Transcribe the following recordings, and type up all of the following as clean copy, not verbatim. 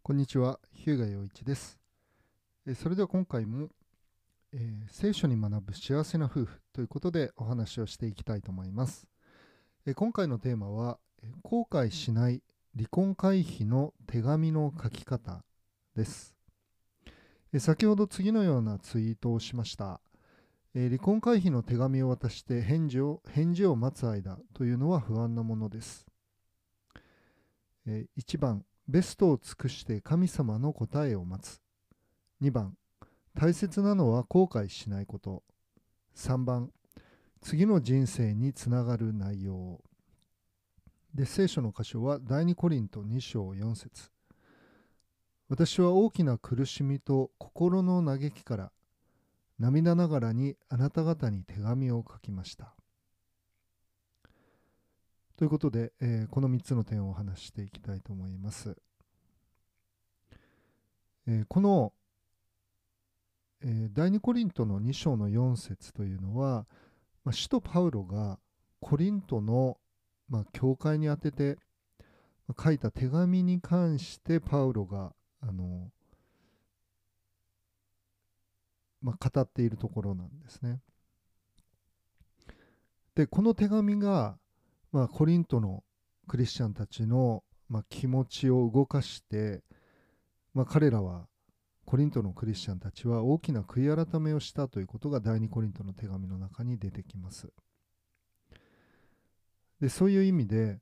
こんにちは、日向陽一です。それでは今回も、聖書に学ぶ幸せな夫婦ということでお話をしていきたいと思います。今回のテーマは、後悔しない離婚回避の手紙の書き方です。先ほど次のようなツイートをしました。離婚回避の手紙を渡して返事を待つ間というのは不安なものです。1番、ベストを尽くして神様の答えを待つ。2番、大切なのは後悔しないこと。3番、次の人生につながる内容。で、聖書の箇所は第2コリント2章4節。私は大きな苦しみと心の嘆きから涙ながらにあなた方に手紙を書きました。ということで、この3つの点をお話ししていきたいと思います。この、第2コリントの2章の4節というのは、使徒パウロがコリントの、教会に宛てて書いた手紙に関してパウロが語っているところなんですね。で、この手紙が、コリントのクリスチャンたちの、気持ちを動かして、彼らはコリントのクリスチャンたちは大きな悔い改めをしたということが第2コリントの手紙の中に出てきます。で、そういう意味で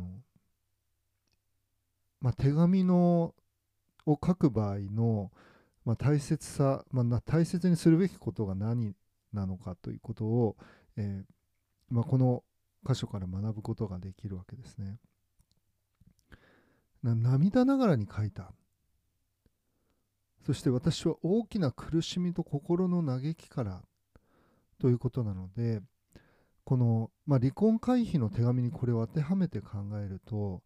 手紙のを書く場合の、大切さ、大切にするべきことが何なのかということを、この箇所から学ぶことができるわけですね。涙ながらに書いた。そして私は大きな苦しみと心の嘆きからということなので、この、離婚回避の手紙にこれを当てはめて考えると、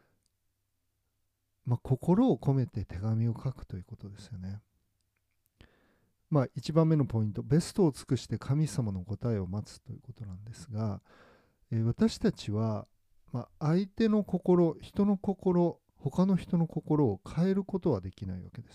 心を込めて手紙を書くということですよね。1番目のポイント、ベストを尽くして神様の答えを待つということなんですが、私たちは、相手の心、人の心、他の人の心を変えることはできないわけです。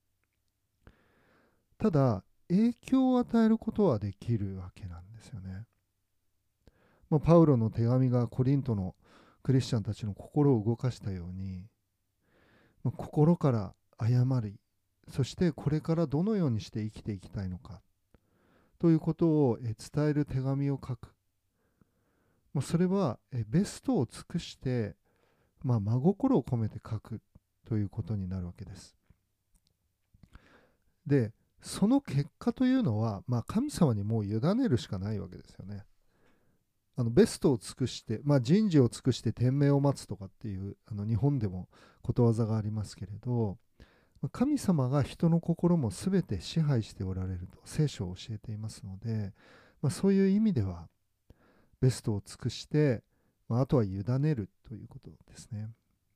ただ、影響を与えることはできるわけなんですよね。パウロの手紙がコリントのクリスチャンたちの心を動かしたように、心から謝り、そしてこれからどのようにして生きていきたいのかということを伝える手紙を書く。それはベストを尽くして、真心を込めて書くということになるわけです。で、その結果というのは、神様にもう委ねるしかないわけですよね。ベストを尽くして、人事を尽くして天命を待つとかっていう日本でもことわざがありますけれど、神様が人の心も全て支配しておられると聖書を教えていますので、そういう意味ではベストを尽くして、あとは委ねるということですね。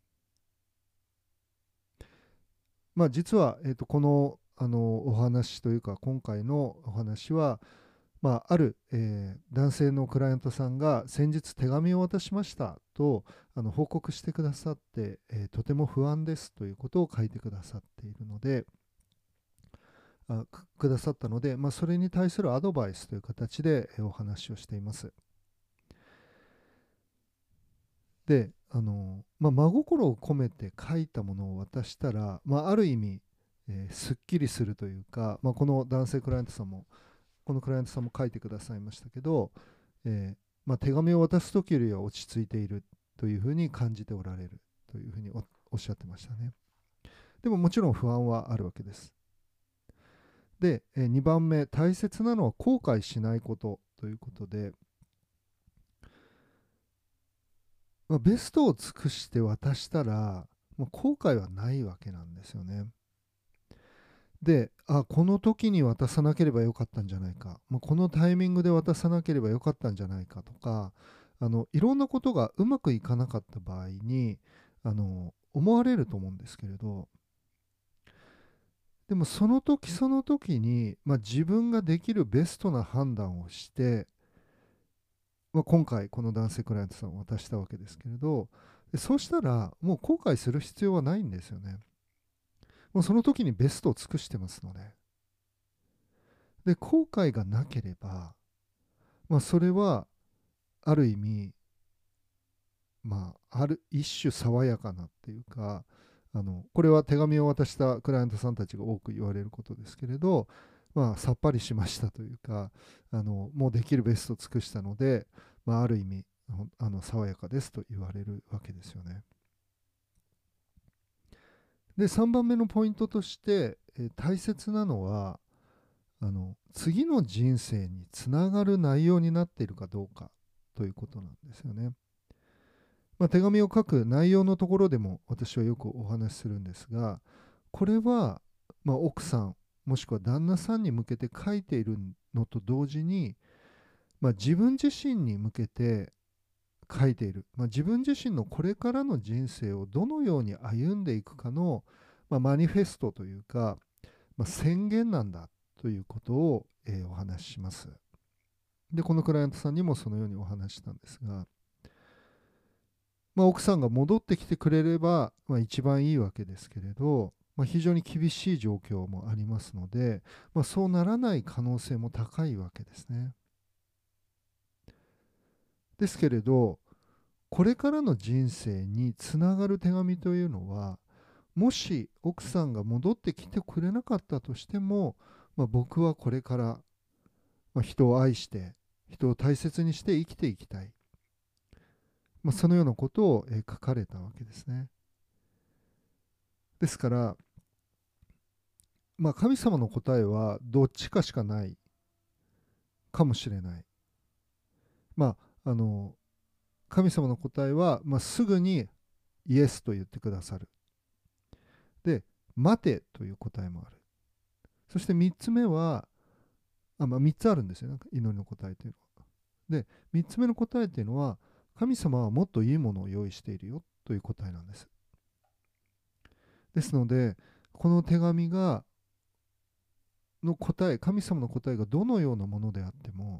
実は、この、お話というか今回のお話は、ある、男性のクライアントさんが先日手紙を渡しましたと報告してくださって、とても不安ですということを書いてくださっているので、くださったので、それに対するアドバイスという形でお話をしています。で、真心を込めて書いたものを渡したら、ある意味、すっきりするというか、この男性クライアントさんも、このクライアントさんも書いてくださいましたけど、手紙を渡す時よりは落ち着いているというふうに感じておられるというふうにおっしゃってましたね。でももちろん不安はあるわけです。で、2番目、大切なのは後悔しないことということで、ベストを尽くして渡したら、もう後悔はないわけなんですよね。で、この時に渡さなければよかったんじゃないか、このタイミングで渡さなければよかったんじゃないかとか、いろんなことがうまくいかなかった場合に思われると思うんですけれど、でもその時その時に、自分ができるベストな判断をして、今回この男性クライアントさんを渡したわけですけれど、そうしたらもう後悔する必要はないんですよね。 もうその時にベストを尽くしてますので、で後悔がなければ、それはある意味、ある一種爽やかなっていうか、これは手紙を渡したクライアントさんたちが多く言われることですけれど、さっぱりしましたというか、もうできるベストを尽くしたので、ある意味爽やかですと言われるわけですよね。で3番目のポイントとして、大切なのは次の人生につながる内容になっているかどうかということなんですよね。手紙を書く内容のところでも私はよくお話しするんですが、これは、奥さんもしくは旦那さんに向けて書いているのと同時に、自分自身に向けて書いている、自分自身のこれからの人生をどのように歩んでいくかの、マニフェストというか、宣言なんだということを、お話しします。でこのクライアントさんにもそのようにお話ししたんですが、奥さんが戻ってきてくれれば、一番いいわけですけれど、非常に厳しい状況もありますので、そうならない可能性も高いわけですね。ですけれど、これからの人生につながる手紙というのは、もし奥さんが戻ってきてくれなかったとしても、僕はこれから、人を愛して人を大切にして生きていきたい、そのようなことを書かれたわけですね。ですから、神様の答えはどっちかしかないかもしれない。まあ、あの神様の答えは、すぐにイエスと言ってくださる。で、待てという答えもある。そして3つ目は、3つあるんですよね、祈りの答えというのは。で、3つ目の答えというのは、神様はもっといいものを用意しているよという答えなんです。ですので、この手紙の答え、神様の答えがどのようなものであっても、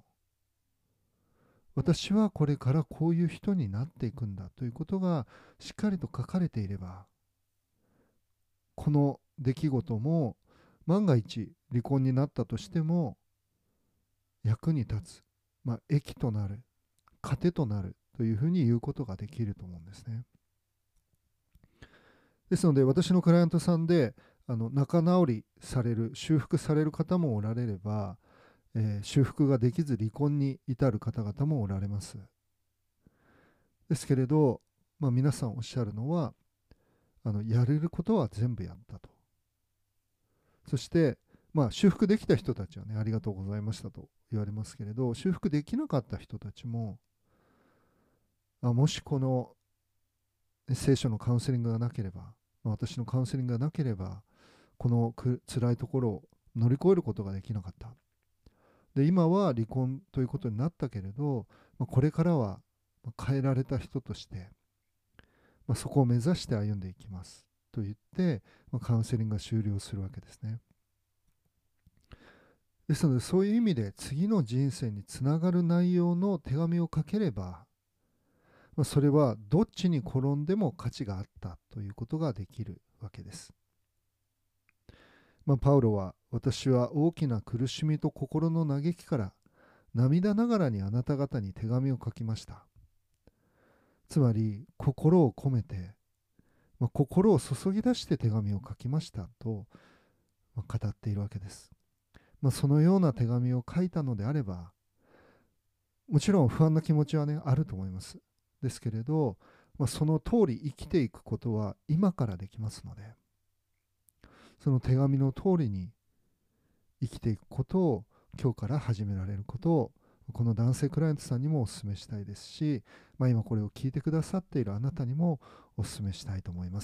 私はこれからこういう人になっていくんだということがしっかりと書かれていれば、この出来事も万が一離婚になったとしても役に立つ、益となる、糧となるというふうに言うことができると思うんですね。ですので私のクライアントさんで仲直りされる、修復される方もおられれば、修復ができず離婚に至る方々もおられます。ですけれど、皆さんおっしゃるのは、やれることは全部やったと。そして、修復できた人たちはね、ありがとうございましたと言われますけれど、修復できなかった人たちも、もしこの聖書のカウンセリングがなければ、私のカウンセリングがなければ、この辛いところを乗り越えることができなかった。で、今は離婚ということになったけれど、これからは変えられた人として、そこを目指して歩んでいきますと言って、カウンセリングが終了するわけですね。ですので、そういう意味で次の人生につながる内容の手紙を書ければ、それはどっちに転んでも価値があったということができるわけです。パウロは、私は大きな苦しみと心の嘆きから涙ながらにあなた方に手紙を書きました。つまり心を込めて、心を注ぎ出して手紙を書きましたと語っているわけです。そのような手紙を書いたのであれば、もちろん不安な気持ちはね、あると思います。ですけれど、その通り生きていくことは今からできますので、その手紙の通りに生きていくことを今日から始められることを、この男性クライアントさんにもお勧めしたいですし、今これを聞いてくださっているあなたにもお勧めしたいと思います。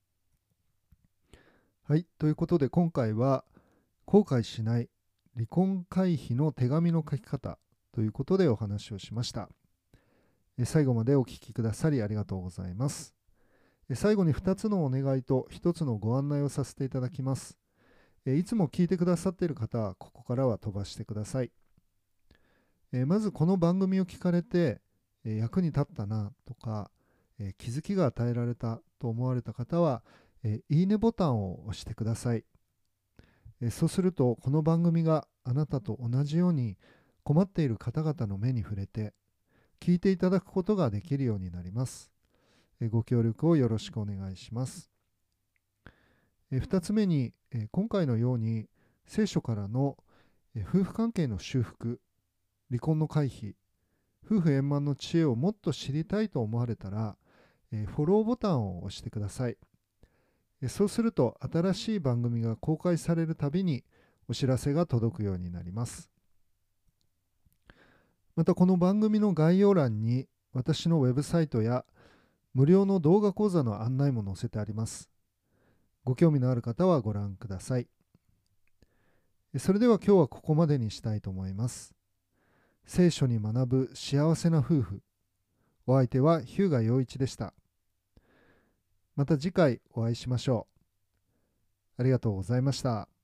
はい、ということで今回は後悔しない離婚回避の手紙の書き方ということでお話をしました。最後までお聞きくださりありがとうございます。最後に2つのお願いと1つのご案内をさせていただきます。いつも聞いてくださっている方はここからは飛ばしてください。まずこの番組を聞かれて役に立ったなとか気づきが与えられたと思われた方はいいねボタンを押してください。そうすると、この番組があなたと同じように困っている方々の目に触れて、聞いていただくことができるようになります。ご協力をよろしくお願いします。2つ目に、今回のように聖書からの夫婦関係の修復、離婚の回避、夫婦円満の知恵をもっと知りたいと思われたら、フォローボタンを押してください。そうすると新しい番組が公開されるたびにお知らせが届くようになります。またこの番組の概要欄に私のウェブサイトや無料の動画講座の案内も載せてあります。ご興味のある方はご覧ください。それでは今日はここまでにしたいと思います。聖書に学ぶ幸せな夫婦。お相手は日向陽一でした。また次回お会いしましょう。ありがとうございました。